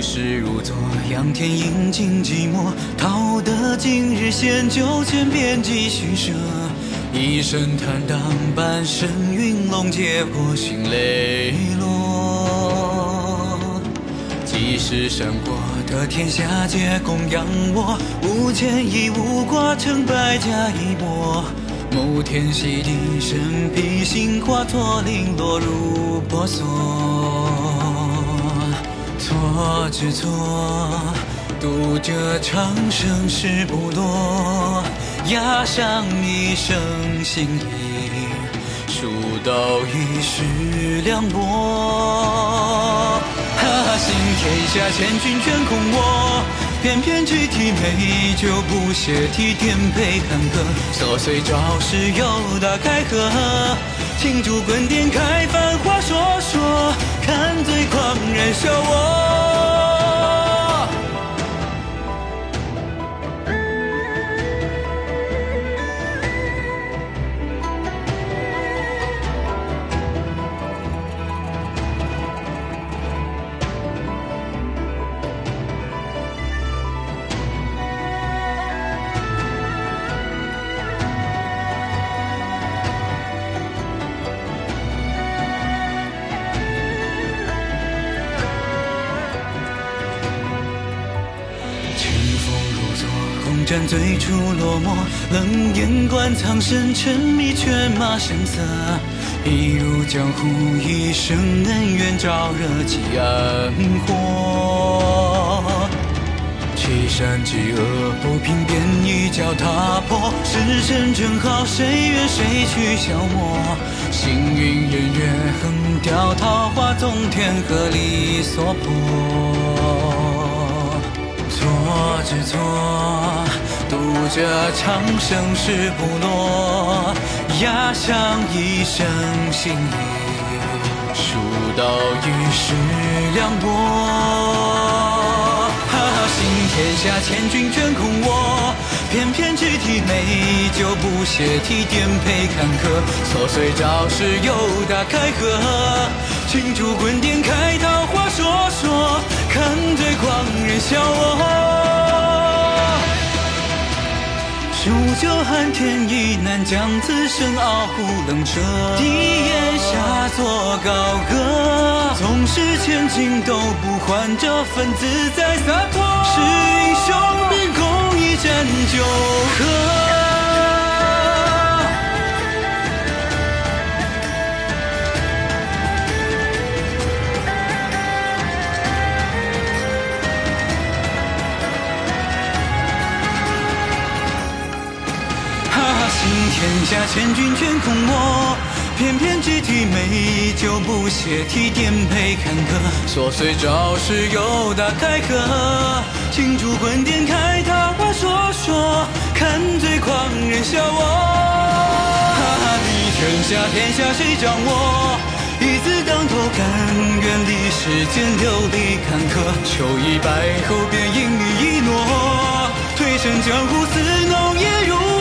世如昨，仰天饮尽寂寞，逃得今日险酒千遍几许舍。一声坦荡，半生云龙劫，我心泪落。几世山过的天下，皆供养我，无牵亦无挂，成败加一搏。某天洗涤身披星化作零落入波索。错之错，渡这长生世不落。压上一生心意，书到一时凉薄。行天下千军全恐我，偏偏只提美酒不写提颠沛坎坷。琐碎朝时又大开合，庆祝滚点开繁华说说，看醉狂人笑我。战最初落寞，冷眼观苍生，沉迷犬马声色。一如江湖，一生恩怨，招惹起暗火。欺善嫉恶，不平便一脚踏破。是真正好，谁怨谁去消磨？行云偃月，横雕桃花，纵天河里所破。错之错，渡这长生世不落，压上一生心意，书到一时凉薄。行天下千军全恐我，偏偏只提美酒不写提颠沛坎坷。琐碎朝时又大开合，庆祝滚点开桃花说说，看醉狂人笑我。数九寒天意，难将此生傲骨冷彻。低檐下作高歌，纵使千金都不换这份自在洒脱。是英雄便共一战酒喝。行天下千军全恐我，偏偏只提美酒不写提颠沛坎坷。琐碎朝时又大开合，庆祝滚点开桃花说说，看醉狂人笑我。你天下天下谁掌握？一字当头，甘愿历世间流离坎坷。秋已白后便因你一诺，退身江湖似浓也如